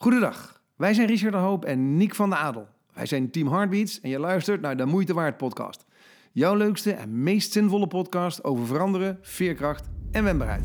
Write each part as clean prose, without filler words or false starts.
Goedendag, wij zijn Richard de Hoop en Niek van de Adel. Wij zijn Team Heartbeats en je luistert naar de Moeite Waard podcast. Jouw leukste en meest zinvolle podcast over veranderen, veerkracht en wendbaarheid.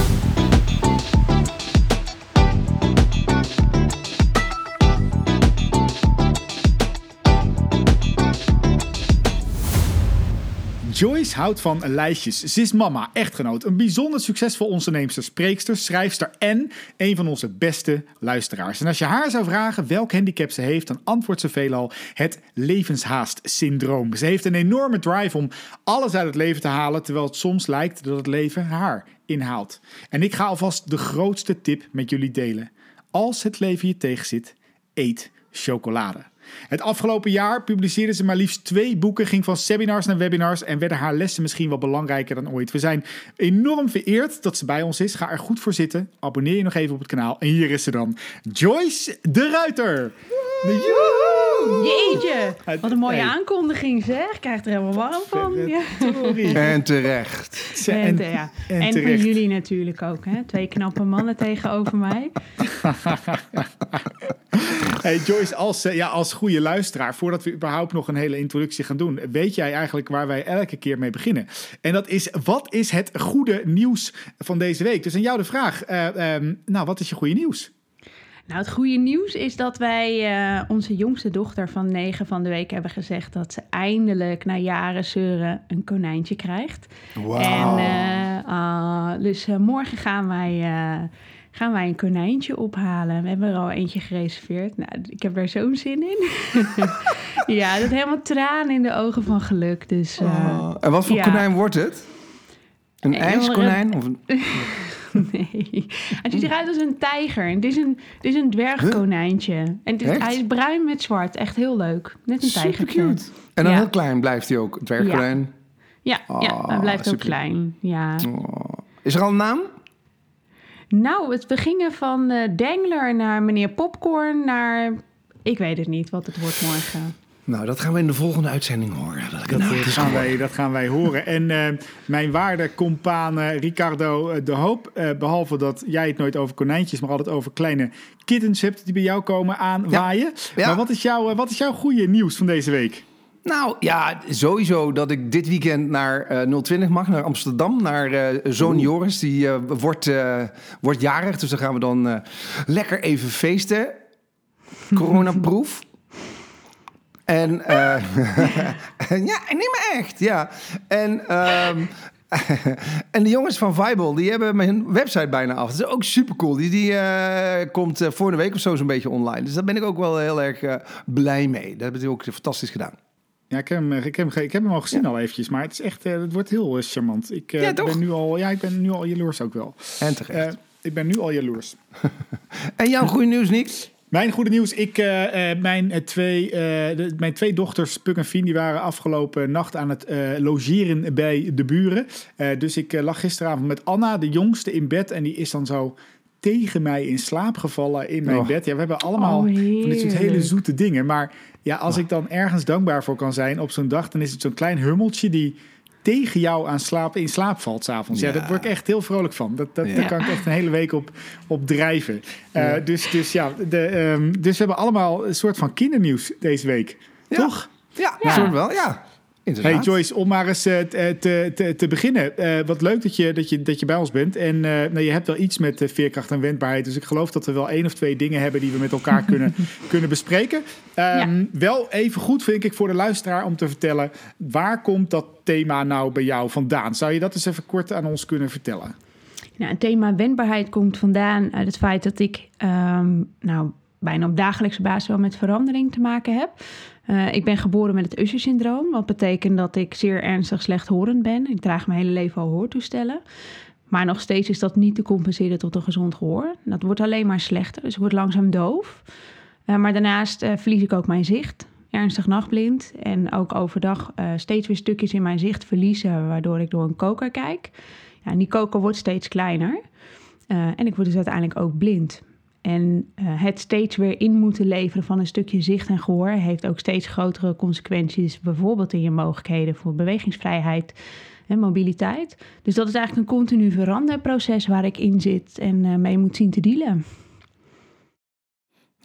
Joyce houdt van lijstjes. Ze is mama, echtgenoot, een bijzonder succesvol onderneemster, spreekster, schrijfster en een van onze beste luisteraars. En als je haar zou vragen welk handicap ze heeft, dan antwoordt ze veelal het levenshaast-syndroom. Ze heeft een enorme drive om alles uit het leven te halen, terwijl het soms lijkt dat het leven haar inhaalt. En ik ga alvast de grootste tip met jullie delen. Als het leven je tegenzit, eet chocolade. Het afgelopen jaar publiceerde ze maar liefst 2 boeken, ging van seminars naar webinars en werden haar lessen misschien wel belangrijker dan ooit. We zijn enorm vereerd dat ze bij ons is. Ga er goed voor zitten. Abonneer je nog even op het kanaal. En hier is ze dan. Joyce de Ruiter. Jeetje, wat een mooie aankondiging zeg. Ik krijg er helemaal warm van. Ja. En terecht. En voor jullie natuurlijk ook. Hè? 2 knappe mannen tegenover mij. Hey Joyce, als goede luisteraar, voordat we überhaupt nog een hele introductie gaan doen, weet jij eigenlijk waar wij elke keer mee beginnen? En dat is, wat is het goede nieuws van deze week? Dus aan jou de vraag, wat is je goede nieuws? Nou, het goede nieuws is dat wij onze jongste dochter van 9 van de week hebben gezegd dat ze eindelijk na jaren zeuren een konijntje krijgt. Wauw. En dus morgen gaan wij een konijntje ophalen. We hebben er al eentje gereserveerd. Nou, ik heb er zo'n zin in. Ja, dat helemaal tranen in de ogen van geluk. Dus, en wat voor konijn wordt het? Een ijskonijn? Of een... Nee, het ziet eruit als een tijger. Het is een dwergkonijntje. En hij is bruin met zwart. Echt heel leuk. Net een tijgertje. Super cute. En dan heel klein blijft hij ook, dwergkonijn? Ja, hij blijft ook klein. Ja. Is er al een naam? Nou, we gingen van Dangler naar meneer Popcorn naar... Ik weet het niet wat het wordt morgen. Nou, dat gaan we in de volgende uitzending horen. Dat gaan wij horen. En mijn waarde compaan Ricardo de Hoop, behalve dat jij het nooit over konijntjes, maar altijd over kleine kittens hebt die bij jou komen aanwaaien. Ja. Maar wat is jouw goede nieuws van deze week? Nou ja, sowieso dat ik dit weekend naar 020 mag, naar Amsterdam, naar zoon Joris. Die wordt jarig, dus dan gaan we dan lekker even feesten. Coronaproof. En ja, nee maar echt, ja. En de jongens van Vibel, die hebben mijn website bijna af. Dat is ook super cool. Die komt volgende week of zo zo'n beetje online. Dus daar ben ik ook wel heel erg blij mee. Dat hebben ze ook fantastisch gedaan. Ja, ik heb hem al gezien al eventjes, maar het is echt, het wordt heel charmant. Ik ben nu al jaloers ook wel. En terecht. Ik ben nu al jaloers. En jouw goede nieuws, Nick? Mijn goede nieuws, mijn 2 dochters, Puk en Fien, die waren afgelopen nacht aan het logeren bij de buren. Dus ik lag gisteravond met Anna, de jongste, in bed en die is dan zo tegen mij in slaap gevallen in mijn bed. Ja, we hebben allemaal van dit soort hele zoete dingen. Maar ja, als ik dan ergens dankbaar voor kan zijn op zo'n dag, dan is het zo'n klein hummeltje die tegen jou in slaap valt 's avonds. Ja, daar word ik echt heel vrolijk van. Daar kan ik echt een hele week op drijven. Dus we hebben allemaal een soort van kindernieuws deze week. Ja. Toch? Ja, soort wel, ja. Hey Joyce, om maar eens te beginnen. Wat leuk dat je bij ons bent. En je hebt wel iets met veerkracht en wendbaarheid. Dus ik geloof dat we wel 1 of 2 dingen hebben die we met elkaar kunnen bespreken. Wel even goed vind ik voor de luisteraar om te vertellen, waar komt dat thema nou bij jou vandaan? Zou je dat eens even kort aan ons kunnen vertellen? Nou, het thema wendbaarheid komt vandaan uit het feit dat ik bijna op dagelijkse basis wel met verandering te maken heb. Ik ben geboren met het Usher-syndroom. Wat betekent dat ik zeer ernstig slechthorend ben. Ik draag mijn hele leven al hoortoestellen. Maar nog steeds is dat niet te compenseren tot een gezond gehoor. Dat wordt alleen maar slechter, dus ik word langzaam doof. Maar daarnaast verlies ik ook mijn zicht. Ernstig nachtblind. En ook overdag steeds weer stukjes in mijn zicht verliezen, waardoor ik door een koker kijk. Ja, en die koker wordt steeds kleiner. En ik word dus uiteindelijk ook blind. En het steeds weer in moeten leveren van een stukje zicht en gehoor heeft ook steeds grotere consequenties, bijvoorbeeld in je mogelijkheden voor bewegingsvrijheid en mobiliteit. Dus dat is eigenlijk een continu veranderproces waar ik in zit en mee moet zien te dealen.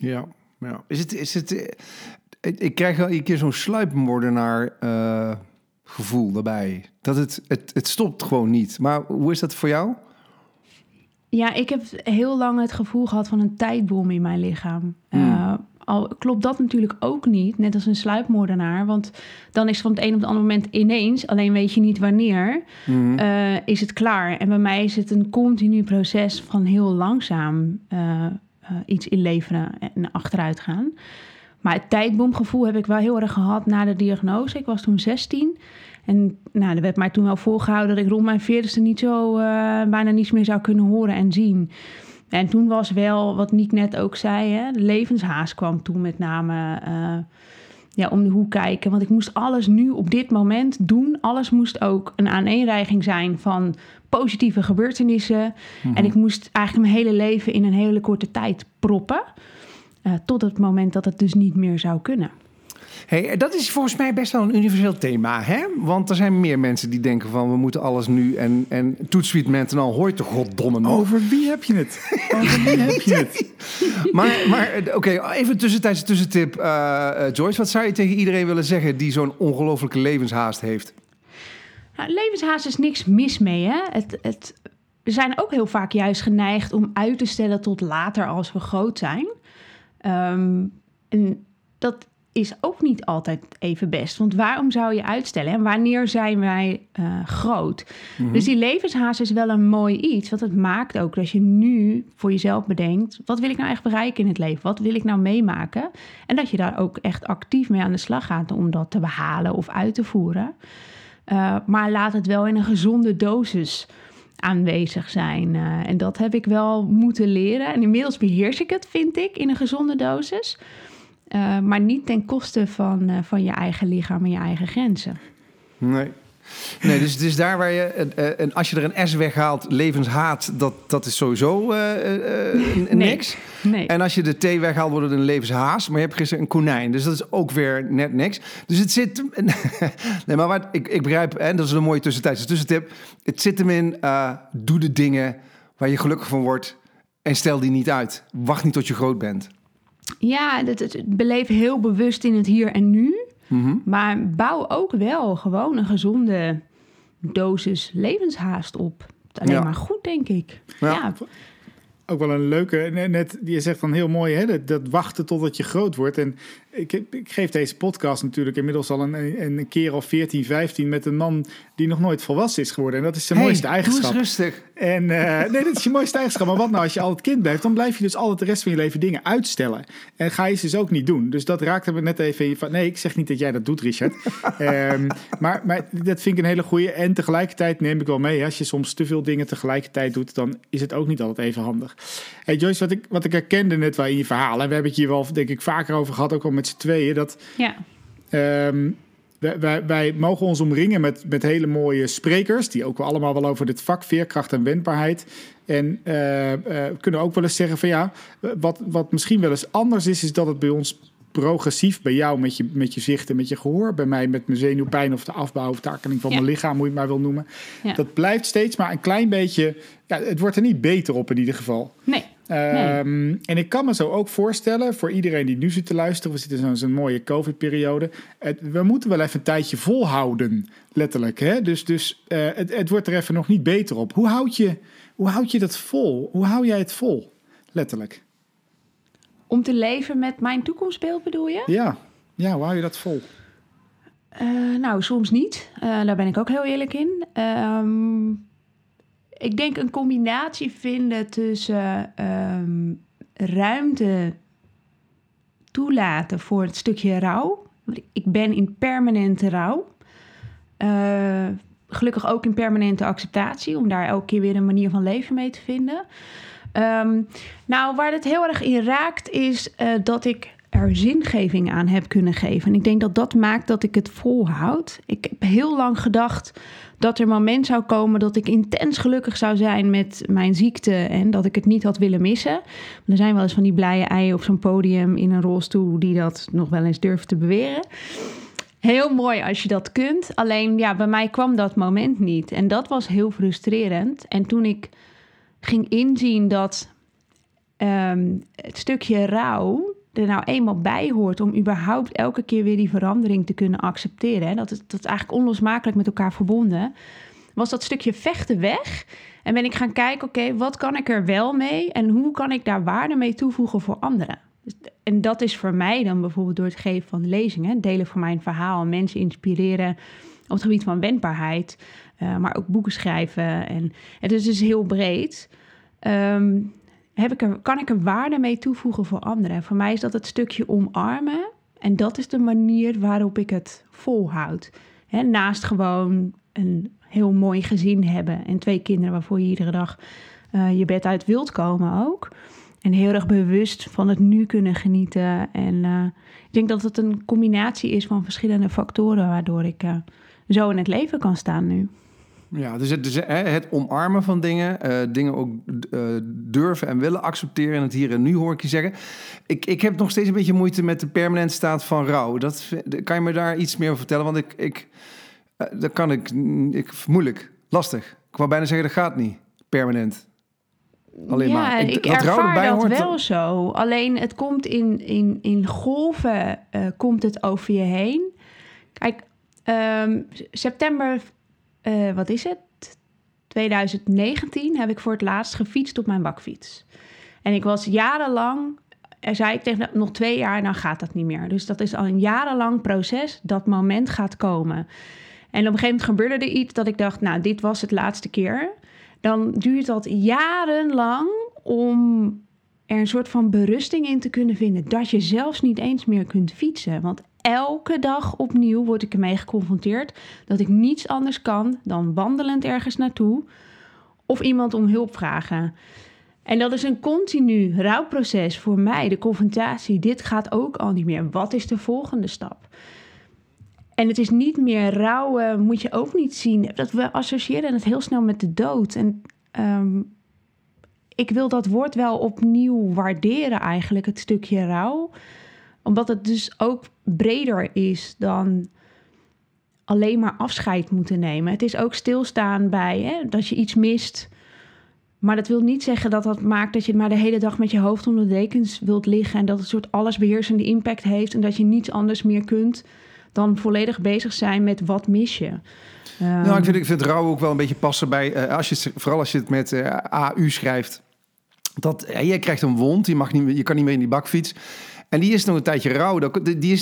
Ja. Is het ik krijg wel een keer zo'n sluipmoordenaar gevoel daarbij. Dat het stopt gewoon niet. Maar hoe is dat voor jou? Ja, ik heb heel lang het gevoel gehad van een tijdbom in mijn lichaam. Al klopt dat natuurlijk ook niet, net als een sluipmoordenaar. Want dan is het van het een op het andere moment ineens, alleen weet je niet wanneer, is het klaar. En bij mij is het een continu proces van heel langzaam iets inleveren en achteruit gaan. Maar het tijdbomgevoel heb ik wel heel erg gehad na de diagnose. Ik was toen 16 en er werd mij toen wel voorgehouden dat ik rond mijn 40ste niet zo bijna niets meer zou kunnen horen en zien. En toen was wel, wat Niek net ook zei, hè, de levenshaast kwam toen met name om de hoek kijken. Want ik moest alles nu op dit moment doen. Alles moest ook een aaneenreiging zijn van positieve gebeurtenissen. En ik moest eigenlijk mijn hele leven in een hele korte tijd proppen. Tot het moment dat het dus niet meer zou kunnen. Hey, dat is volgens mij best wel een universeel thema, hè? Want er zijn meer mensen die denken van we moeten alles nu en toetsweet Mentenal hoort toch goddomme nog. Over wie heb je het? Maar oké, even tussentip. Joyce, wat zou je tegen iedereen willen zeggen die zo'n ongelofelijke levenshaast heeft? Nou, levenshaast is niks mis mee, hè? We zijn ook heel vaak juist geneigd om uit te stellen tot later als we groot zijn. En dat is ook niet altijd even best. Want waarom zou je uitstellen? En wanneer zijn wij groot? Dus die levenshaast is wel een mooi iets. Want het maakt ook dat je nu voor jezelf bedenkt, wat wil ik nou echt bereiken in het leven? Wat wil ik nou meemaken? En dat je daar ook echt actief mee aan de slag gaat om dat te behalen of uit te voeren. Maar laat het wel in een gezonde dosis aanwezig zijn. En dat heb ik wel moeten leren. En inmiddels beheers ik het, vind ik, in een gezonde dosis. Maar niet ten koste van je eigen lichaam en je eigen grenzen. Nee, dus het is daar waar je, en als je er een S weghaalt, levenshaat, dat is sowieso niks. Nee. En als je de T weghaalt, wordt het een levenshaas. Maar je hebt gisteren een konijn, dus dat is ook weer net niks. Dus het zit... Nee, maar wat ik begrijp, en dat is een mooie tussentijdse tussentip. Het zit hem in, doe de dingen waar je gelukkig van wordt en stel die niet uit. Wacht niet tot je groot bent. Ja, het beleef heel bewust in het hier en nu. Maar bouw ook wel gewoon een gezonde dosis levenshaast op. Alleen maar goed, denk ik. Ja. Ook wel een leuke, net je zegt dan heel mooi, hè, dat wachten totdat je groot wordt. En ik geef deze podcast natuurlijk inmiddels al een keer of 14, 15 met een man die nog nooit volwassen is geworden. En dat is zijn mooiste eigenschap. Doe eens rustig. En dat is je mooiste eigenschap. Maar wat nou als je altijd kind blijft, dan blijf je dus altijd de rest van je leven dingen uitstellen. En ga je ze dus ook niet doen. Dus dat raakte me net even van, nee, ik zeg niet dat jij dat doet, Richard. Maar dat vind ik een hele goeie. En tegelijkertijd neem ik wel mee, als je soms te veel dingen tegelijkertijd doet, dan is het ook niet altijd even handig. Hey Joyce, wat ik herkende net wel in je verhaal, en we hebben het hier wel, denk ik, vaker over gehad, ook al met z'n tweeën, dat wij mogen ons omringen met hele mooie sprekers, die ook wel allemaal wel over dit vak, veerkracht en wendbaarheid. En kunnen ook wel eens zeggen van ja, wat misschien wel eens anders is dat het bij ons progressief, bij jou met je zicht en met je gehoor, bij mij met mijn zenuwpijn of de afbouw of takeling van mijn lichaam, hoe je het maar wil noemen. Ja. Dat blijft steeds maar een klein beetje, het wordt er niet beter op in ieder geval. Nee. En ik kan me zo ook voorstellen, voor iedereen die nu zit te luisteren, we zitten in zo'n mooie COVID-periode, we moeten wel even een tijdje volhouden, letterlijk. Hè? Dus het wordt er even nog niet beter op. Hoe houd je dat vol? Hoe hou jij het vol, letterlijk? Om te leven met mijn toekomstbeeld, bedoel je? Ja, hoe hou je dat vol? Nou, soms niet. Daar ben ik ook heel eerlijk in. Ik denk een combinatie vinden tussen ruimte toelaten voor het stukje rouw. Ik ben in permanente rouw. Gelukkig ook in permanente acceptatie, om daar elke keer weer een manier van leven mee te vinden. Nou, waar het heel erg in raakt is dat ik er zingeving aan heb kunnen geven. En ik denk dat maakt dat ik het volhoud. Ik heb heel lang gedacht dat er een moment zou komen dat ik intens gelukkig zou zijn met mijn ziekte en dat ik het niet had willen missen. Er zijn wel eens van die blije eieren op zo'n podium in een rolstoel die dat nog wel eens durven te beweren. Heel mooi als je dat kunt. Alleen bij mij kwam dat moment niet. En dat was heel frustrerend. En toen ik ging inzien dat het stukje rouw er nou eenmaal bij hoort om überhaupt elke keer weer die verandering te kunnen accepteren, hè, dat is eigenlijk onlosmakelijk met elkaar verbonden, was dat stukje vechten weg. En ben ik gaan kijken, oké, wat kan ik er wel mee en hoe kan ik daar waarde mee toevoegen voor anderen? En dat is voor mij dan bijvoorbeeld door het geven van lezingen, delen van mijn verhaal, mensen inspireren op het gebied van wendbaarheid, maar ook boeken schrijven. En het is dus heel breed. Kan ik er waarde mee toevoegen voor anderen? Voor mij is dat het stukje omarmen. En dat is de manier waarop ik het volhoud. Hè, naast gewoon een heel mooi gezin hebben en 2 kinderen waarvoor je iedere dag je bed uit wilt komen ook. En heel erg bewust van het nu kunnen genieten. En ik denk dat het een combinatie is van verschillende factoren waardoor ik zo in het leven kan staan nu. Ja, dus het omarmen van dingen, dingen ook durven en willen accepteren en het hier en nu hoor ik je zeggen. Ik heb nog steeds een beetje moeite met de permanente staat van rouw. Kan je me daar iets meer over vertellen? Want dat kan ik moeilijk, lastig. Ik wou bijna zeggen, dat gaat niet, permanent. Alleen maar. Ik ervaar dat wel zo. Alleen het komt in golven, komt het over je heen. Kijk, september... wat is het? 2019 heb ik voor het laatst gefietst op mijn bakfiets. En ik was jarenlang, zei ik tegen nog 2 jaar, dan gaat dat niet meer. Dus dat is al een jarenlang proces, dat moment gaat komen. En op een gegeven moment gebeurde er iets dat ik dacht, nou, dit was het laatste keer. Dan duurt dat jarenlang om er een soort van berusting in te kunnen vinden, dat je zelfs niet eens meer kunt fietsen. Want elke dag opnieuw word ik ermee geconfronteerd dat ik niets anders kan dan wandelend ergens naartoe of iemand om hulp vragen. En dat is een continu rouwproces voor mij, de confrontatie. Dit gaat ook al niet meer. Wat is de volgende stap? En het is niet meer rouwen, moet je ook niet zien. Dat we associëren het heel snel met de dood. En ik wil dat woord wel opnieuw waarderen eigenlijk, het stukje rouw. Omdat het dus ook breder is dan alleen maar afscheid moeten nemen. Het is ook stilstaan bij dat je iets mist. Maar dat wil niet zeggen dat dat maakt dat je maar de hele dag met je hoofd onder de dekens wilt liggen. En dat het een soort allesbeheersende impact heeft. En dat je niets anders meer kunt dan volledig bezig zijn met wat mis je. Nou, ik vind rouw ook wel een beetje passen bij, vooral als je het met AU schrijft. Dat jij krijgt een wond, je kan niet meer in die bakfiets. En die is nog een tijdje rauw. Die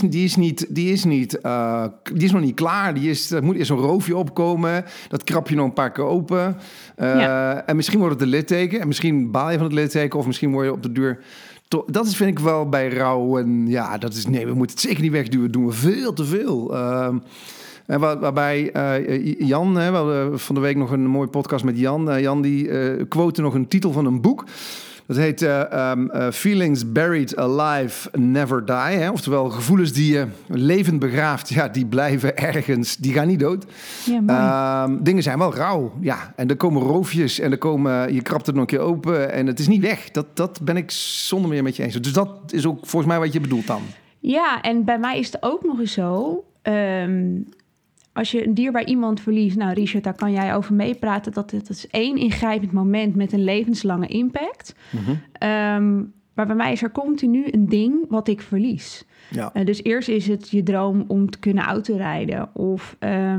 is nog niet klaar. Er moet eerst een roofje opkomen. Dat krap je nog een paar keer open. En misschien wordt het een litteken. En misschien baal je van het litteken. Of misschien word je op de duur... Dat vind ik wel bij rouw. En ja, we moeten het zeker niet wegduwen. Dat doen we veel te veel. En waarbij Jan, we hadden van de week nog een mooie podcast met Jan. Jan die quote nog een titel van een boek. Dat heet Feelings Buried Alive Never Die. Hè? Oftewel, gevoelens die je levend begraaft, ja, die blijven ergens. Die gaan niet dood. Ja, dingen zijn wel rauw. Ja. En er komen roofjes en je krabt het nog een keer open. En het is niet weg. Dat ben ik zonder meer met je eens. Dus dat is ook volgens mij wat je bedoelt dan. Ja, en bij mij is het ook nog eens zo... Als je een dierbaar iemand verliest... Nou, Richard, daar kan jij over meepraten. Dat is 1 ingrijpend moment met een levenslange impact. Mm-hmm. Maar bij mij is er continu een ding wat ik verlies. Ja. Dus eerst is het je droom om te kunnen autorijden... of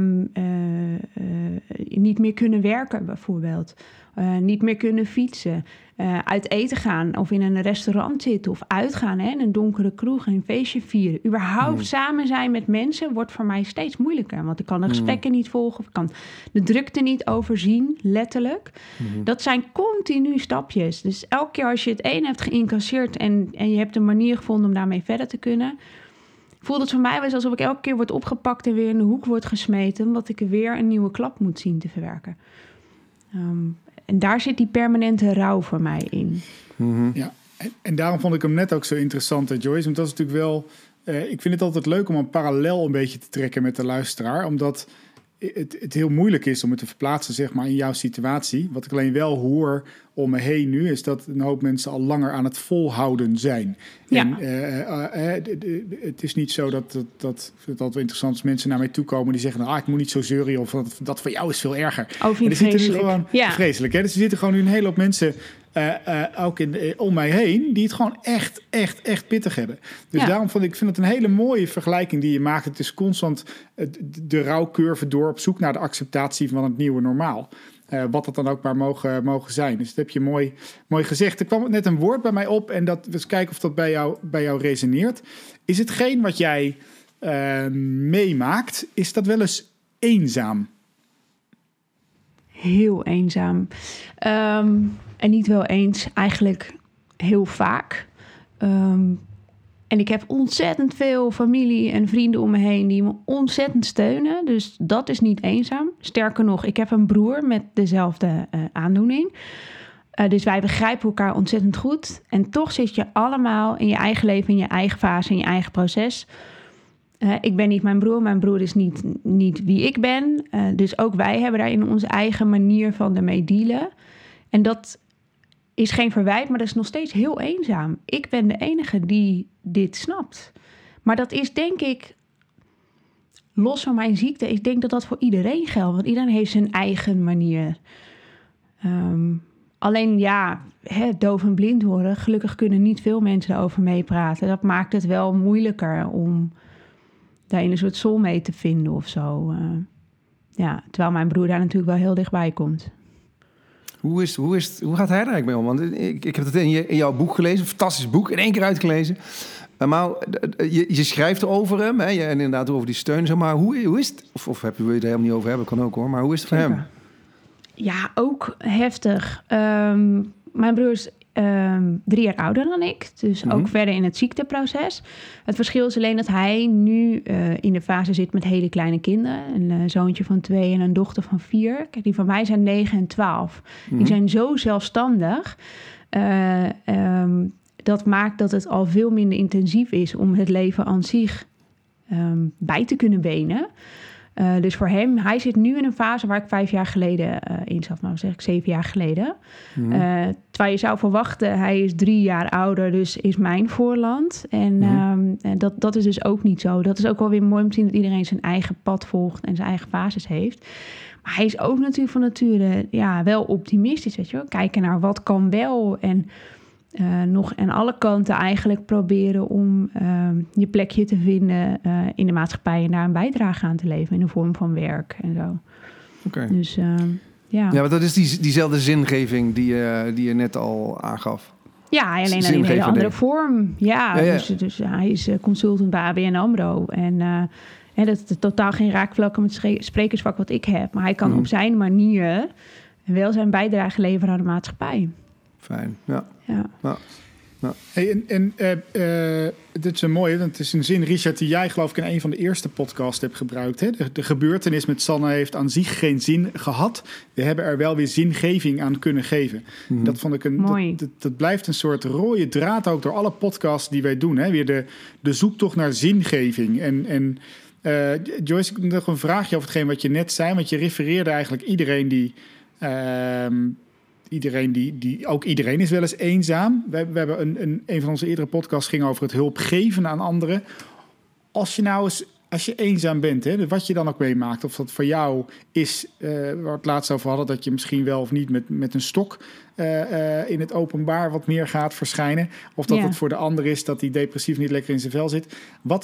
niet meer kunnen werken bijvoorbeeld. Niet meer kunnen fietsen. Uit eten gaan of in een restaurant zitten of uitgaan, hè, in een donkere kroeg, een feestje vieren. Überhaupt samen zijn met mensen wordt voor mij steeds moeilijker. Want ik kan de gesprekken niet volgen of ik kan de drukte niet overzien, letterlijk. Dat zijn continu stapjes. Dus elke keer als je het een hebt geïncasseerd en je hebt een manier gevonden om daarmee verder te kunnen, voelt het voor mij wel alsof ik elke keer word opgepakt en weer in de hoek word gesmeten, omdat ik er weer een nieuwe klap moet zien te verwerken. En daar zit die permanente rouw voor mij in. Mm-hmm. Ja, en daarom vond ik hem net ook zo interessant, Joyce. Want dat is natuurlijk wel... ik vind het altijd leuk om een parallel een beetje te trekken met de luisteraar. Omdat het heel moeilijk is om het te verplaatsen, zeg maar, in jouw situatie. Wat ik alleen wel hoor om me heen nu, is dat een hoop mensen al langer aan het volhouden zijn. Ja. En het is niet zo dat ik vind het altijd interessant als mensen naar mij toe komen die zeggen, ik moet niet zo zeuren of dat voor jou is veel erger. Vreselijk. Vreselijk, hè? Dus er zitten gewoon nu een hele hoop mensen ook om mij heen, die het gewoon echt pittig hebben. Dus daarom vind het een hele mooie vergelijking die je maakt. Het is constant de rouwcurve door op zoek naar de acceptatie van het nieuwe normaal. Wat dat dan ook maar mogen zijn. Dus dat heb je mooi gezegd. Er kwam net een woord bij mij op en dat eens kijken of dat bij jou resoneert. Is hetgeen wat jij meemaakt, is dat wel eens eenzaam? Heel eenzaam. En niet wel eens, eigenlijk heel vaak. En ik heb ontzettend veel familie en vrienden om me heen die me ontzettend steunen. Dus dat is niet eenzaam. Sterker nog, ik heb een broer met dezelfde aandoening. Dus wij begrijpen elkaar ontzettend goed. En toch zit je allemaal in je eigen leven, in je eigen fase, in je eigen proces. Ik ben niet mijn broer is niet wie ik ben. Dus ook wij hebben daarin onze eigen manier van ermee dealen. En dat is geen verwijt, maar dat is nog steeds heel eenzaam. Ik ben de enige die dit snapt. Maar dat is denk ik, los van mijn ziekte, ik denk dat dat voor iedereen geldt. Want iedereen heeft zijn eigen manier. Alleen doof en blind worden. Gelukkig kunnen niet veel mensen daarover meepraten. Dat maakt het wel moeilijker om daarin een soort soulmate te vinden of zo. Terwijl mijn broer daar natuurlijk wel heel dichtbij komt. Hoe gaat hij daar eigenlijk mee om? Want ik heb het in jouw boek gelezen, een fantastisch boek, in 1 keer uitgelezen. Maar je schrijft over hem, hè, en inderdaad over die steun. Zeg maar hoe is het? Of wil je het er helemaal niet over hebben? Kan ook hoor. Maar hoe is het voor hem? Ja, ook heftig. Mijn broer is 3 jaar ouder dan ik. Dus ook verder in het ziekteproces. Het verschil is alleen dat hij nu in de fase zit met hele kleine kinderen. Een zoontje van 2 en een dochter van 4. Kijk, die van mij zijn 9 en 12. Die zijn zo zelfstandig. Dat maakt dat het al veel minder intensief is om het leven aan zich bij te kunnen benen. Dus voor hem, hij zit nu in een fase waar ik 5 jaar geleden in zat. Nou zeg ik 7 jaar geleden. Terwijl je zou verwachten, hij is 3 jaar ouder, dus is mijn voorland. En dat is dus ook niet zo. Dat is ook wel weer mooi om te zien dat iedereen zijn eigen pad volgt en zijn eigen fases heeft. Maar hij is ook natuurlijk van nature wel optimistisch, weet je wel. Kijken naar wat kan wel en nog aan alle kanten eigenlijk proberen om je plekje te vinden in de maatschappij en daar een bijdrage aan te leveren in de vorm van werk en zo. Okay. Dus ja, maar dat is diezelfde zingeving die je net al aangaf. Ja, alleen in een hele andere vorm. Ja. Dus hij is consultant bij ABN AMRO en dat is totaal geen raakvlakken met het sprekersvak wat ik heb, maar hij kan op zijn manier wel zijn bijdrage leveren aan de maatschappij. Fijn, ja. Hey, dit is een mooie, want het is een zin, Richard, die jij geloof ik in een van de eerste podcasts hebt gebruikt. Hè? De gebeurtenis met Sanne heeft aan zich geen zin gehad. We hebben er wel weer zingeving aan kunnen geven. Dat vond ik dat blijft een soort rode draad ook door alle podcasts die wij doen. Hè? Weer de zoektocht naar zingeving. En Joyce, ik heb nog een vraagje over hetgeen wat je net zei, want je refereerde eigenlijk iedereen die iedereen is wel eens eenzaam. We hebben een van onze eerdere podcasts ging over het hulp geven aan anderen. Als je eenzaam bent, hè, wat je dan ook meemaakt, of dat voor jou is, waar we het laatst over hadden, dat je misschien wel of niet met een stok in het openbaar wat meer gaat verschijnen, of dat het voor de ander is dat die depressief niet lekker in zijn vel zit.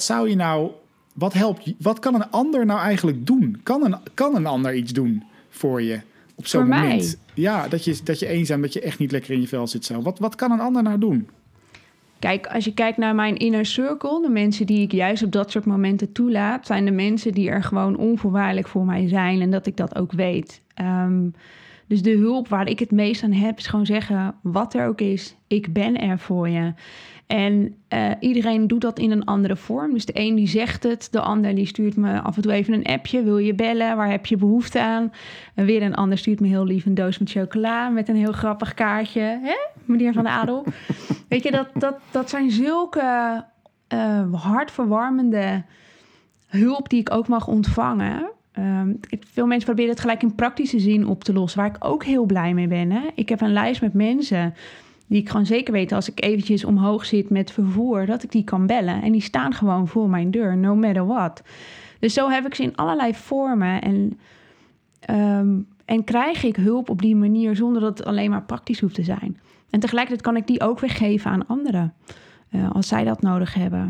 Wat kan een ander nou eigenlijk doen? Kan een ander iets doen voor je? Op zo'n voor moment. Mij? Ja, dat je eenzaam, dat je echt niet lekker in je vel zit zo. Wat kan een ander nou doen? Kijk, als je kijkt naar mijn inner circle, de mensen die ik juist op dat soort momenten toelaat, zijn de mensen die er gewoon onvoorwaardelijk voor mij zijn en dat ik dat ook weet. Dus de hulp waar ik het meest aan heb, is gewoon zeggen, wat er ook is, ik ben er voor je. En iedereen doet dat in een andere vorm. Dus de een die zegt het, de ander die stuurt me af en toe even een appje. Wil je bellen? Waar heb je behoefte aan? En weer een ander stuurt me heel lief een doos met chocola met een heel grappig kaartje. Hè, meneer Van Adel? Weet je, dat zijn zulke hartverwarmende hulp die ik ook mag ontvangen. Veel mensen proberen het gelijk in praktische zin op te lossen, waar ik ook heel blij mee ben. Hè? Ik heb een lijst met mensen die ik gewoon zeker weet, als ik eventjes omhoog zit met vervoer, dat ik die kan bellen. En die staan gewoon voor mijn deur, no matter what. Dus zo heb ik ze in allerlei vormen. En krijg ik hulp op die manier zonder dat het alleen maar praktisch hoeft te zijn. En tegelijkertijd kan ik die ook weer geven aan anderen. Als zij dat nodig hebben.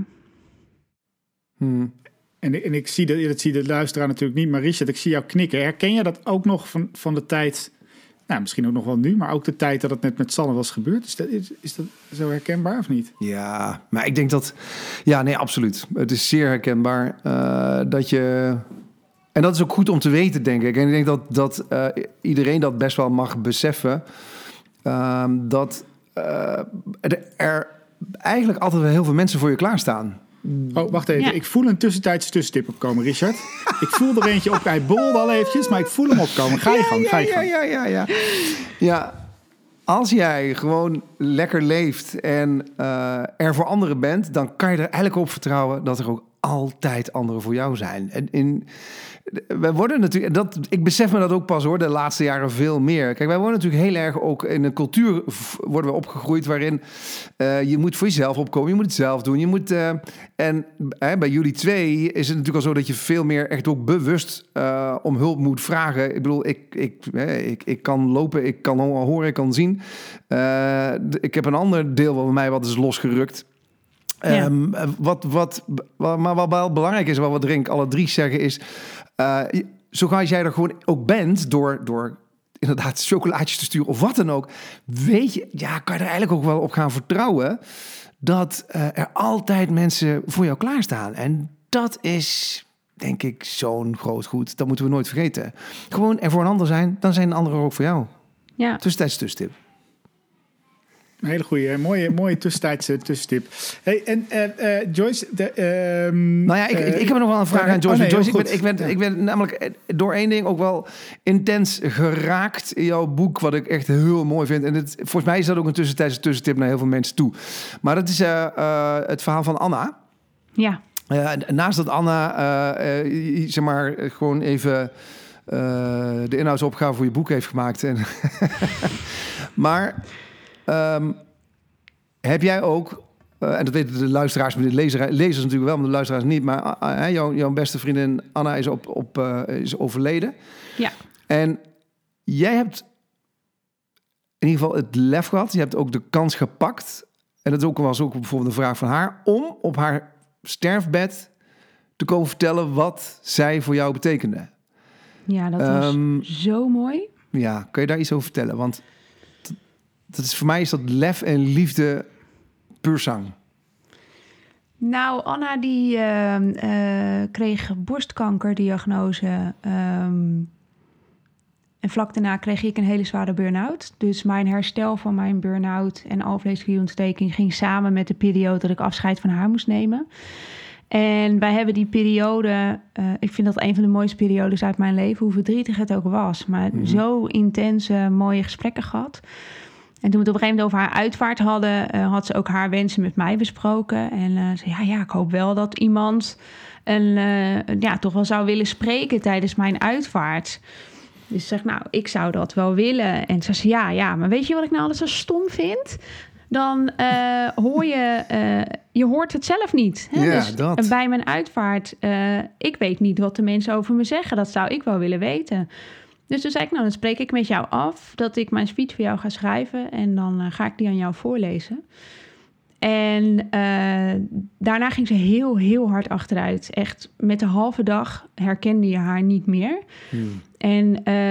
En ik zie dat zie de luisteraar natuurlijk niet, maar Richard, ik zie jou knikken. Herken je dat ook nog van de tijd, nou, misschien ook nog wel nu, maar ook de tijd dat het net met Sanne was gebeurd? Is dat zo herkenbaar of niet? Ja, maar ik denk dat... Ja, nee, absoluut. Het is zeer herkenbaar dat je... En dat is ook goed om te weten, denk ik. En ik denk dat iedereen dat best wel mag beseffen. Dat er eigenlijk altijd wel heel veel mensen voor je klaarstaan. Oh, wacht even. Ja. Ik voel een tussentijdse tussentip opkomen, Richard. Ik voel er eentje op. Hij bolde al eventjes, maar ik voel hem opkomen. Ga je gang. Ja, als jij gewoon lekker leeft en er voor anderen bent, dan kan je er eigenlijk op vertrouwen dat er ook altijd anderen voor jou zijn. En wij worden natuurlijk, ik besef me dat ook pas hoor, de laatste jaren veel meer. Kijk, wij worden natuurlijk heel erg ook in een cultuur worden we opgegroeid waarin je moet voor jezelf opkomen, je moet het zelf doen, je moet bij jullie twee is het natuurlijk al zo dat je veel meer echt ook bewust om hulp moet vragen. Ik bedoel, ik kan lopen, ik kan horen, ik kan zien. Ik heb een ander deel van mij wat is losgerukt. Ja. Maar wat wel belangrijk is, wat we denk ik alle drie zeggen is, zoals jij er gewoon ook bent door inderdaad chocolaatjes te sturen of wat dan ook, weet je, ja, kan je er eigenlijk ook wel op gaan vertrouwen dat er altijd mensen voor jou klaarstaan. En dat is, denk ik, zo'n groot goed. Dat moeten we nooit vergeten. Gewoon er voor een ander zijn, dan zijn de anderen ook voor jou. Ja. Tussentijds tussentip. Een hele goede, mooie tussentijdse tussentip. Hey, en Joyce... Nou ja, ik heb nog wel een vraag aan Joyce. Joyce, ik ben namelijk door één ding ook wel intens geraakt in jouw boek, wat ik echt heel mooi vind. En volgens mij is dat ook een tussentijdse tussentip naar heel veel mensen toe. Maar dat is het verhaal van Anna. Ja. Naast dat Anna, zeg maar, gewoon even de inhoudsopgave voor je boek heeft gemaakt. Maar... heb jij ook, en dat weten de luisteraars, de lezers natuurlijk wel, maar de luisteraars niet, maar jouw beste vriendin Anna is is overleden. Ja. En jij hebt in ieder geval het lef gehad, je hebt ook de kans gepakt, en dat was ook bijvoorbeeld een vraag van haar, om op haar sterfbed te komen vertellen wat zij voor jou betekende. Ja, dat was zo mooi. Ja, kun je daar iets over vertellen? Want... voor mij is dat lef en liefde puur zang. Nou, Anna die kreeg borstkankerdiagnose. En vlak daarna kreeg ik een hele zware burn-out. Dus mijn herstel van mijn burn-out en alvleesklierontsteking ging samen met de periode dat ik afscheid van haar moest nemen. En wij hebben die periode, ik vind dat een van de mooiste periodes uit mijn leven, hoe verdrietig het ook was. Maar zo intense, mooie gesprekken gehad. En toen we het op een gegeven moment over haar uitvaart hadden, had ze ook haar wensen met mij besproken. En zei, ja, ik hoop wel dat iemand toch wel zou willen spreken tijdens mijn uitvaart. Dus ik zeg, nou, ik zou dat wel willen. En ze zei, ja, maar weet je wat ik nou altijd zo stom vind? Dan hoor je hoort het zelf niet. Hè? Ja, dus dat. Bij mijn uitvaart, ik weet niet wat de mensen over me zeggen. Dat zou ik wel willen weten. Dus toen zei ik, nou, dan spreek ik met jou af dat ik mijn speech voor jou ga schrijven. En dan ga ik die aan jou voorlezen. En daarna ging ze heel, heel hard achteruit. Echt met de halve dag herkende je haar niet meer. En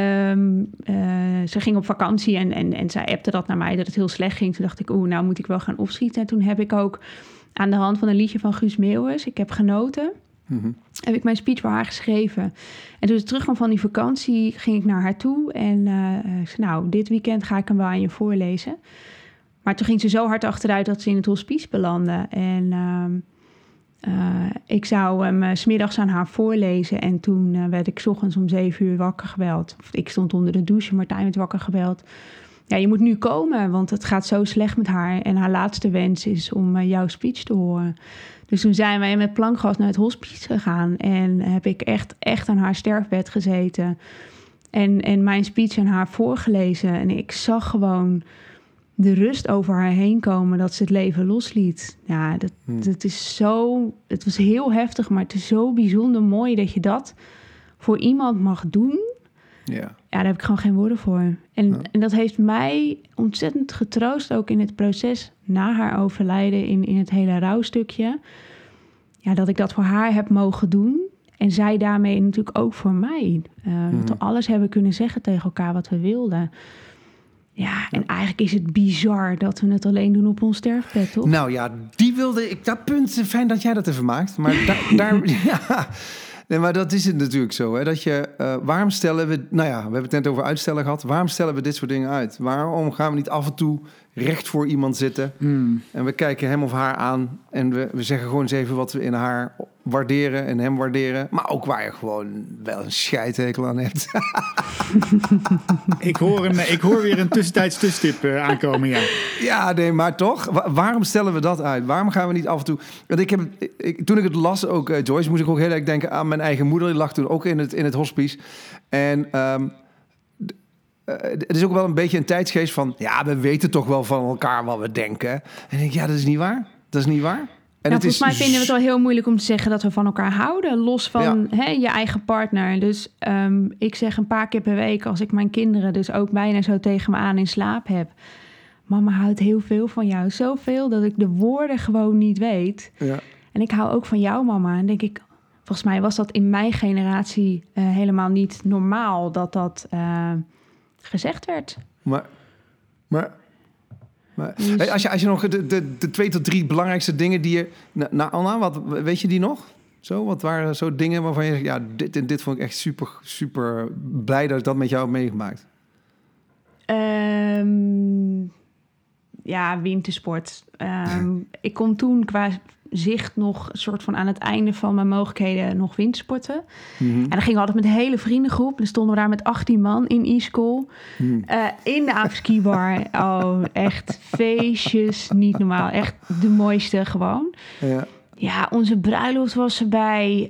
ze ging op vakantie en zij appte dat naar mij, dat het heel slecht ging. Toen dacht ik, nou moet ik wel gaan opschieten. En toen heb ik ook aan de hand van een liedje van Guus Meeuwis, Ik heb genoten... heb ik mijn speech voor haar geschreven. En toen ik terugkwam van die vakantie, ging ik naar haar toe. En ik zei, nou, dit weekend ga ik hem wel aan je voorlezen. Maar toen ging ze zo hard achteruit dat ze in het hospice belandde. En ik zou hem 's middags aan haar voorlezen. En toen werd ik 's ochtends om 7 uur wakker gebeld. Of ik stond onder de douche, Martijn werd wakker gebeld. Ja, je moet nu komen, want het gaat zo slecht met haar. En haar laatste wens is om jouw speech te horen. Dus toen zijn wij met plankgas naar het hospice gegaan. En heb ik echt aan haar sterfbed gezeten. En mijn speech aan haar voorgelezen. En ik zag gewoon de rust over haar heen komen dat ze het leven losliet. Ja, dat is zo... Het was heel heftig, maar het is zo bijzonder mooi dat je dat voor iemand mag doen. Ja, daar heb ik gewoon geen woorden voor. En dat heeft mij ontzettend getroost, ook in het proces na haar overlijden, in het hele rouwstukje. Ja, dat ik dat voor haar heb mogen doen. En zij daarmee natuurlijk ook voor mij. Dat we alles hebben kunnen zeggen tegen elkaar wat we wilden. Ja, en eigenlijk is het bizar dat we het alleen doen op ons sterfbed, toch? Nou ja, dat punt, fijn dat jij dat even maakt. Maar daar ja... Nee, maar dat is het natuurlijk zo. Hè? Dat je, waarom stellen we... Nou ja, we hebben het net over uitstellen gehad. Waarom stellen we dit soort dingen uit? Waarom gaan we niet af en toe recht voor iemand zitten? En we kijken hem of haar aan. En we zeggen gewoon eens even wat we in haar waarderen en hem waarderen. Maar ook waar je gewoon wel een scheidhekel aan hebt. Ik hoor weer een tussentijds tussenstip aankomen, ja. Ja, nee, maar toch? Waarom stellen we dat uit? Waarom gaan we niet af en toe... Want toen ik het las, ook Joyce, moest ik ook heel erg denken aan mijn eigen moeder. Die lag toen ook in het hospice. En het is ook wel een beetje een tijdsgeest van... Ja, we weten toch wel van elkaar wat we denken. En ik denk, ja, dat is niet waar. Dat is niet waar. En volgens mij vinden we het wel heel moeilijk om te zeggen dat we van elkaar houden. Los van je eigen partner. Dus ik zeg een paar keer per week als ik mijn kinderen dus ook bijna zo tegen me aan in slaap heb. Mama houdt heel veel van jou. Zoveel dat ik de woorden gewoon niet weet. Ja. En ik hou ook van jou, mama. En denk ik, volgens mij was dat in mijn generatie helemaal niet normaal dat gezegd werd. Maar hey, als je nog de 2 tot 3 belangrijkste dingen die je... Nou, Anna, wat weet je die nog? Wat waren zo dingen waarvan je zegt... Ja, dit en dit vond ik echt super, super blij dat ik dat met jou heb meegemaakt. Ja, wintersport. Ik kon toen qua zicht nog een soort van aan het einde van mijn mogelijkheden nog wintersporten. En dan gingen we altijd met de hele vriendengroep. Dan stonden we daar met 18 man in e-school. In de afskibar. Oh, echt feestjes. Niet normaal. Echt de mooiste gewoon. Ja, onze bruiloft was erbij.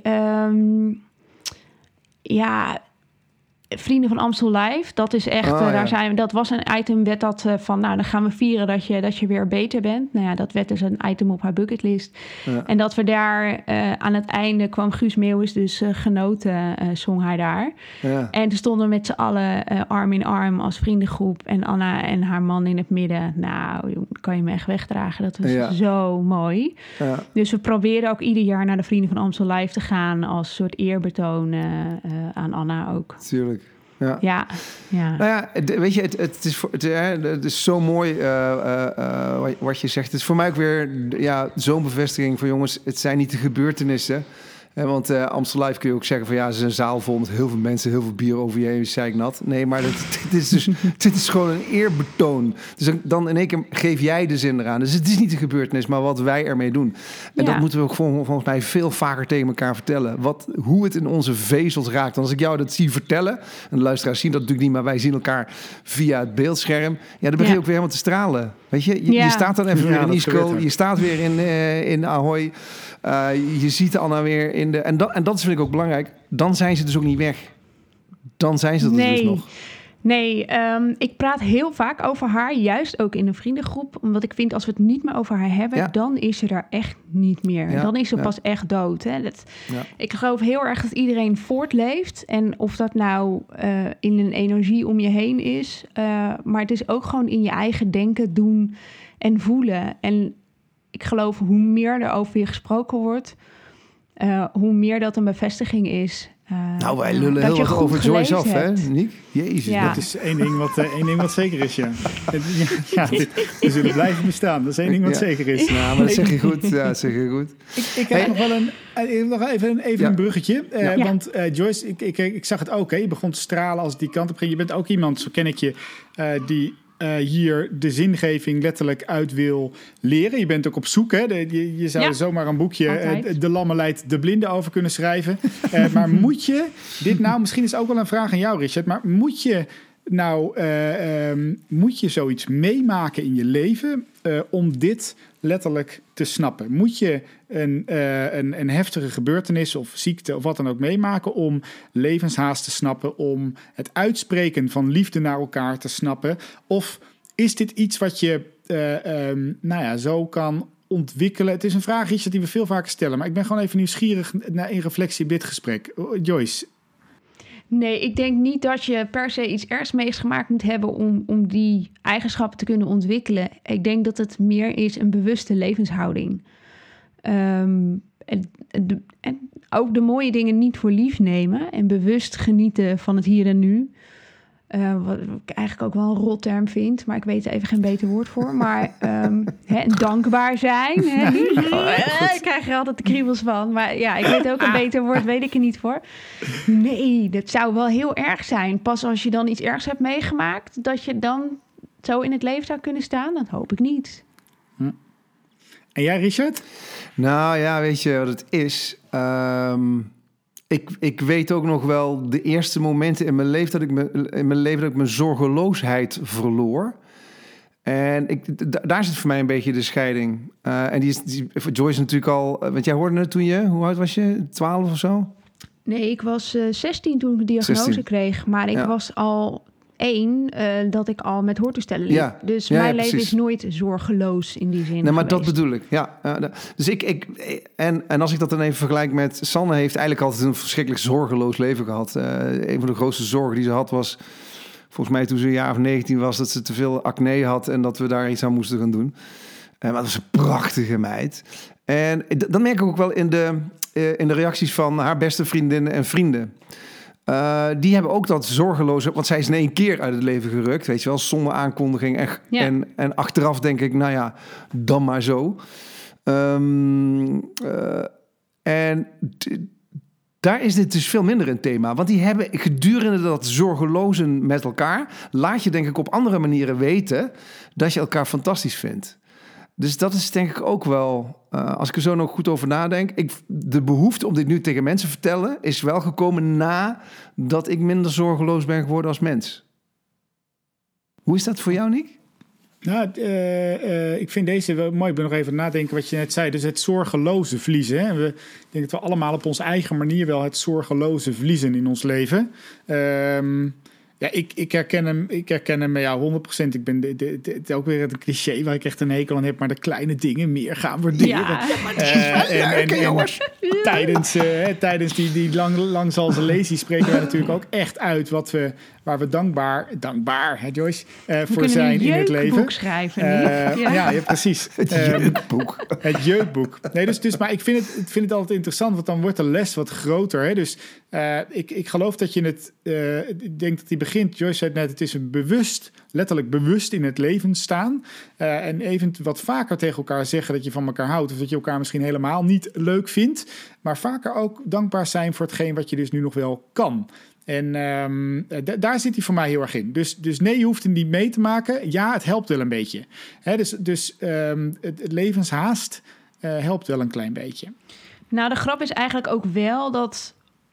Vrienden van Amstel Live, dat is echt, dat was een item, werd dat van, nou, dan gaan we vieren dat je weer beter bent. Nou ja, dat werd dus een item op haar bucketlist. Ja. En dat we daar aan het einde kwam Guus Meeuwis, dus genoten, zong hij daar. Ja. En toen stonden we met z'n allen arm in arm als vriendengroep en Anna en haar man in het midden. Nou, kan je me echt wegdragen. Dat was zo mooi. Ja. Dus we proberen ook ieder jaar naar de Vrienden van Amstel Live te gaan als soort eerbetoon aan Anna ook. Tuurlijk. Ja. Nou ja, weet je, het is zo mooi wat je zegt. Het is voor mij ook weer zo'n bevestiging van jongens, het zijn niet de gebeurtenissen. Want Amstel Live kun je ook zeggen van ja, het is een zaal vol met heel veel mensen, heel veel bier over je heen, zei ik nat. Nee, maar dit is gewoon een eerbetoon. Dus dan in één keer geef jij de zin eraan. Dus het is niet de gebeurtenis, maar wat wij ermee doen. En dat moeten we ook volgens mij veel vaker tegen elkaar vertellen. Hoe het in onze vezels raakt. Want als ik jou dat zie vertellen, en de luisteraars zien dat natuurlijk niet, maar wij zien elkaar via het beeldscherm. Ja, dan begin je ook weer helemaal te stralen. Weet je, je staat dan even weer in Isco, je staat weer in Ahoy. Je ziet Anna weer in de... En dat vind ik ook belangrijk. Dan zijn ze dus ook niet weg. Dan zijn ze er dus nog. Nee, ik praat heel vaak over haar. Juist ook in een vriendengroep. Omdat ik vind, als we het niet meer over haar hebben... dan is ze er echt niet meer. Ja, dan is ze pas echt dood. Hè? Ik geloof heel erg dat iedereen voortleeft. En of dat nou in een energie om je heen is. Maar het is ook gewoon in je eigen denken, doen en voelen. En ik geloof, hoe meer er over je gesproken wordt... hoe meer dat een bevestiging is. Nou, wij lullen heel wat over Joyce af, hè, Niek? Jezus. Ja. Dat is één ding wat zeker is, ja. We zullen blijven bestaan. Dat is één ding wat zeker is. Nou, maar dat zeg je goed. Ja, dat zeg je goed. Ik heb nog wel even een bruggetje. Want Joyce, ik zag het ook. Hè. Je begon te stralen als het die kant op ging. Je bent ook iemand, zo ken ik je, die... hier de zingeving letterlijk uit wil leren. Je bent ook op zoek. Hè? Je zou zomaar een boekje De Lamme leidt de blinde over kunnen schrijven. Maar moet je dit nou... Misschien is het ook wel een vraag aan jou, Richard. Maar moet je zoiets meemaken in je leven... om dit letterlijk te snappen? Moet je een heftige gebeurtenis of ziekte of wat dan ook meemaken... om levenshaast te snappen, om het uitspreken van liefde naar elkaar te snappen? Of is dit iets wat je zo kan ontwikkelen? Het is een vraag, Richard, die we veel vaker stellen... maar ik ben gewoon even nieuwsgierig in reflectie op dit gesprek. Joyce? Nee, ik denk niet dat je per se iets ergs meegemaakt moet hebben om die eigenschappen te kunnen ontwikkelen. Ik denk dat het meer is een bewuste levenshouding. En ook de mooie dingen niet voor lief nemen en bewust genieten van het hier en nu. Wat ik eigenlijk ook wel een rotterm vind, maar ik weet er even geen beter woord voor. Maar dankbaar zijn. Ik krijg er altijd de kriebels van. Maar ja, ik weet ook een beter woord, weet ik er niet voor. Nee, dat zou wel heel erg zijn. Pas als je dan iets ergs hebt meegemaakt, dat je dan zo in het leven zou kunnen staan, dat hoop ik niet. En jij, Richard? Nou ja, weet je wat het is? Ik weet ook nog wel de eerste momenten in mijn leven dat ik mijn zorgeloosheid verloor. En daar zit voor mij een beetje de scheiding. En Joyce natuurlijk al... Want jij hoorde het toen hoe oud was je? 12 of zo? Nee, ik was 16 toen ik de diagnose 16. kreeg. Maar ik was al 1 dat ik al met hoortoestellen liep. Ja. Dus Ja, mijn leven precies. is nooit zorgeloos in die zin Nee, maar geweest. dat bedoel ik. Ja, dus en als ik dat dan even vergelijk met... Sanne heeft eigenlijk altijd een verschrikkelijk zorgeloos leven gehad. Een van de grootste zorgen die ze had was... Volgens mij toen ze een jaar of 19 was... dat ze te veel acne had en dat we daar iets aan moesten gaan doen. Maar dat was een prachtige meid. En dat merk ik ook wel in de reacties van haar beste vriendinnen en vrienden. Die hebben ook dat zorgeloze... Want zij is in 1 keer uit het leven gerukt, weet je wel, zonder aankondiging. En achteraf denk ik, nou ja, dan maar zo. Daar is dit dus veel minder een thema. Want die hebben gedurende dat zorgelozen met elkaar... laat je denk ik op andere manieren weten... dat je elkaar fantastisch vindt. Dus dat is denk ik ook wel... als ik er zo nog goed over nadenk... de behoefte om dit nu tegen mensen te vertellen... is wel gekomen nadat ik minder zorgeloos ben geworden als mens. Hoe is dat voor jou, Nick? Nou, ik vind deze wel mooi. Ik ben nog even aan het nadenken wat je net zei. Dus het zorgeloze verliezen. Hè? Ik denk dat we allemaal op onze eigen manier wel het zorgeloze verliezen in ons leven. Ja, ik herken hem ja, 100%. Ik ben het ook weer een cliché waar ik echt een hekel aan heb, maar de kleine dingen meer gaan waarderen. Ja, maar het is wel leuk, jongens. Tijdens die lang zal ze lezen, spreken wij natuurlijk ook echt uit waar we dankbaar, hè Joyce, voor zijn in het leven. We kunnen een jeukboek schrijven. Ja, precies. Het jeukboek. Het jeukboek. Nee, dus, maar ik vind het altijd interessant, want dan wordt de les wat groter. Hè? Dus ik geloof dat je het... ik denk dat die begint, Joyce zei net, het is een letterlijk bewust in het leven staan. En even wat vaker tegen elkaar zeggen dat je van elkaar houdt. Of dat je elkaar misschien helemaal niet leuk vindt. Maar vaker ook dankbaar zijn voor hetgeen wat je dus nu nog wel kan. En daar zit hij voor mij heel erg in. Dus nee, je hoeft hem niet mee te maken. Ja, het helpt wel een beetje. Hè, dus het levenshaast helpt wel een klein beetje. Nou, de grap is eigenlijk ook wel dat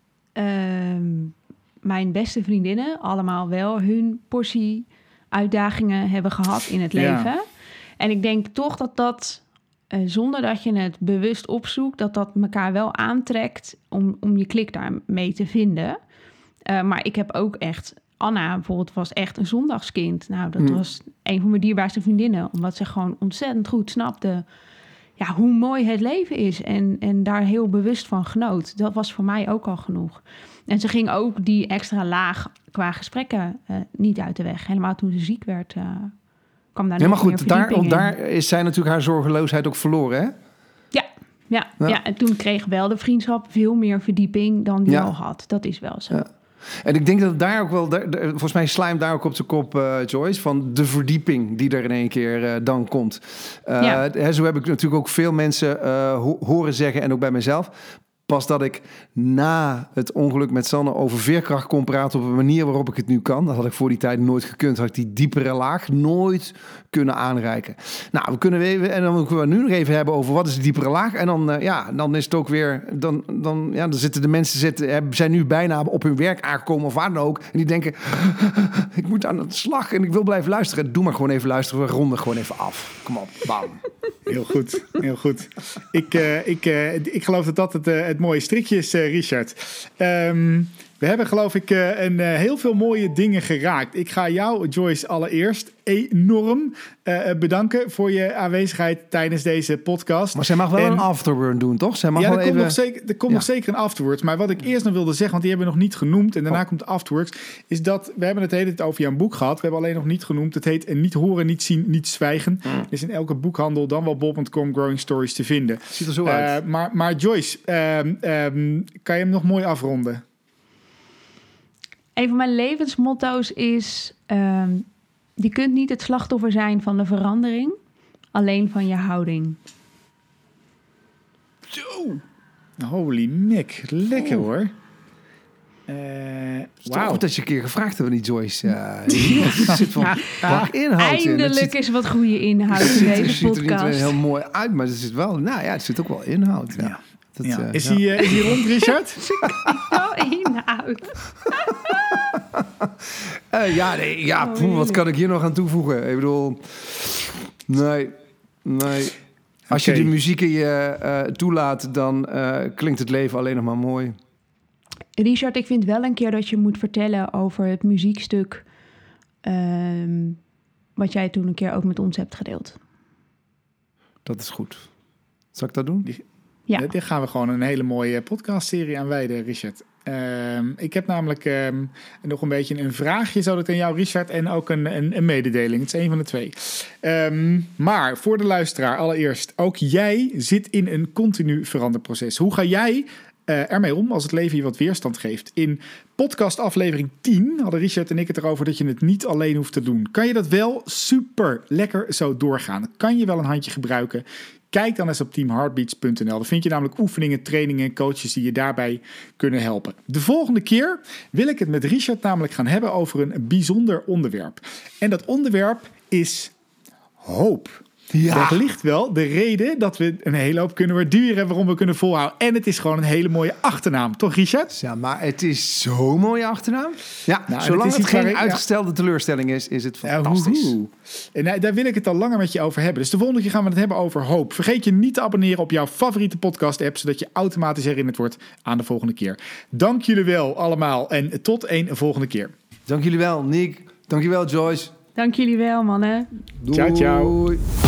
mijn beste vriendinnen allemaal wel hun portie uitdagingen hebben gehad in het leven. En ik denk toch dat zonder dat je het bewust opzoekt, dat elkaar wel aantrekt om je klik daarmee te vinden. Maar ik heb ook echt... Anna bijvoorbeeld was echt een zondagskind. Nou, dat was een van mijn dierbaarste vriendinnen. Omdat ze gewoon ontzettend goed snapte hoe mooi het leven is. En daar heel bewust van genoot. Dat was voor mij ook al genoeg. En ze ging ook die extra laag qua gesprekken niet uit de weg. Helemaal toen ze ziek werd, kwam daar nog meer verdieping in. Daar is zij natuurlijk haar zorgeloosheid ook verloren, hè? Ja, en toen kreeg wel de vriendschap veel meer verdieping dan die al had. Dat is wel zo. Ja. En ik denk dat daar ook wel... volgens mij slijmt daar ook op de kop, Joyce... van de verdieping die er in één keer dan komt. Zo heb ik natuurlijk ook veel mensen horen zeggen... en ook bij mezelf... Pas dat ik na het ongeluk met Sanne over veerkracht kon praten... op een manier waarop ik het nu kan. Dat had ik voor die tijd nooit gekund. Had ik die diepere laag nooit kunnen aanreiken. Nou, dan kunnen we nu nog even hebben over wat is de diepere laag. En dan is het ook weer... Dan zitten de mensen zijn nu bijna op hun werk aangekomen of waar dan ook. En die denken, ik moet aan de slag en ik wil blijven luisteren. Doe maar gewoon even luisteren. We ronden gewoon even af. Kom op, bam. Heel goed, heel goed. Ik geloof dat het mooie strikje is, Richard. We We hebben geloof ik heel veel mooie dingen geraakt. Ik ga jou, Joyce, allereerst enorm bedanken voor je aanwezigheid tijdens deze podcast. Maar zij mag wel een afterburn doen, toch? Zij mag ja, wel er even... komt nog zeker een afterwards. Maar wat ik eerst nog wilde zeggen, want die hebben we nog niet genoemd. En daarna komt de afterwards. Is dat, we hebben het de hele tijd over jouw boek gehad. We hebben alleen nog niet genoemd. Het heet Niet horen, niet zien, niet zwijgen. Is in elke boekhandel, dan wel bol.com, Growing Stories te vinden. Ziet er zo uit. Maar Joyce, kan je hem nog mooi afronden? Een van mijn levensmotto's is... je kunt niet het slachtoffer zijn van de verandering, alleen van je houding. Zo! Holy Mick, lekker hoor. Wauw. Goed dat je een keer gevraagd hebt, niet Joyce. Er zit van inhoud eindelijk is wat goede inhoud in deze podcast. Het ziet er niet heel mooi uit, maar er zit wel, er zit ook wel inhoud. Ja. Is hij rond, Richard? Wel inhoud. Wat kan ik hier nog aan toevoegen? Ik bedoel, nee. Als je de muziek in je toelaat, dan klinkt het leven alleen nog maar mooi. Richard, ik vind wel een keer dat je moet vertellen over het muziekstuk... wat jij toen een keer ook met ons hebt gedeeld. Dat is goed. Zal ik dat doen? Ja. Daar gaan we gewoon een hele mooie podcastserie aan wijden, Richard. Ik heb namelijk nog een beetje een vraagje zo aan jou, Richard, en ook een mededeling. Het is een van de twee. Maar voor de luisteraar allereerst, ook jij zit in een continu veranderproces. Hoe ga jij ermee om als het leven je wat weerstand geeft? In podcast aflevering 10 hadden Richard en ik het erover dat je het niet alleen hoeft te doen. Kan je dat wel super lekker zo doorgaan? Kan je wel een handje gebruiken? Kijk dan eens op teamheartbeats.nl. Daar vind je namelijk oefeningen, trainingen en coaches die je daarbij kunnen helpen. De volgende keer wil ik het met Richard namelijk gaan hebben over een bijzonder onderwerp. En dat onderwerp is hoop. Ja. Dat ligt wel de reden dat we een hele hoop kunnen waarduren waarom we kunnen volhouden. En het is gewoon een hele mooie achternaam, toch Richard? Ja, maar het is zo'n mooie achternaam. Ja, zolang het geen uitgestelde teleurstelling is het fantastisch. En daar wil ik het al langer met je over hebben. Dus de volgende keer gaan we het hebben over hoop. Vergeet je niet te abonneren op jouw favoriete podcast-app, zodat je automatisch herinnerd wordt aan de volgende keer. Dank jullie wel allemaal en tot een volgende keer. Dank jullie wel, Nick. Dank je wel, Joyce. Dank jullie wel, mannen. Doei. Ciao, ciao.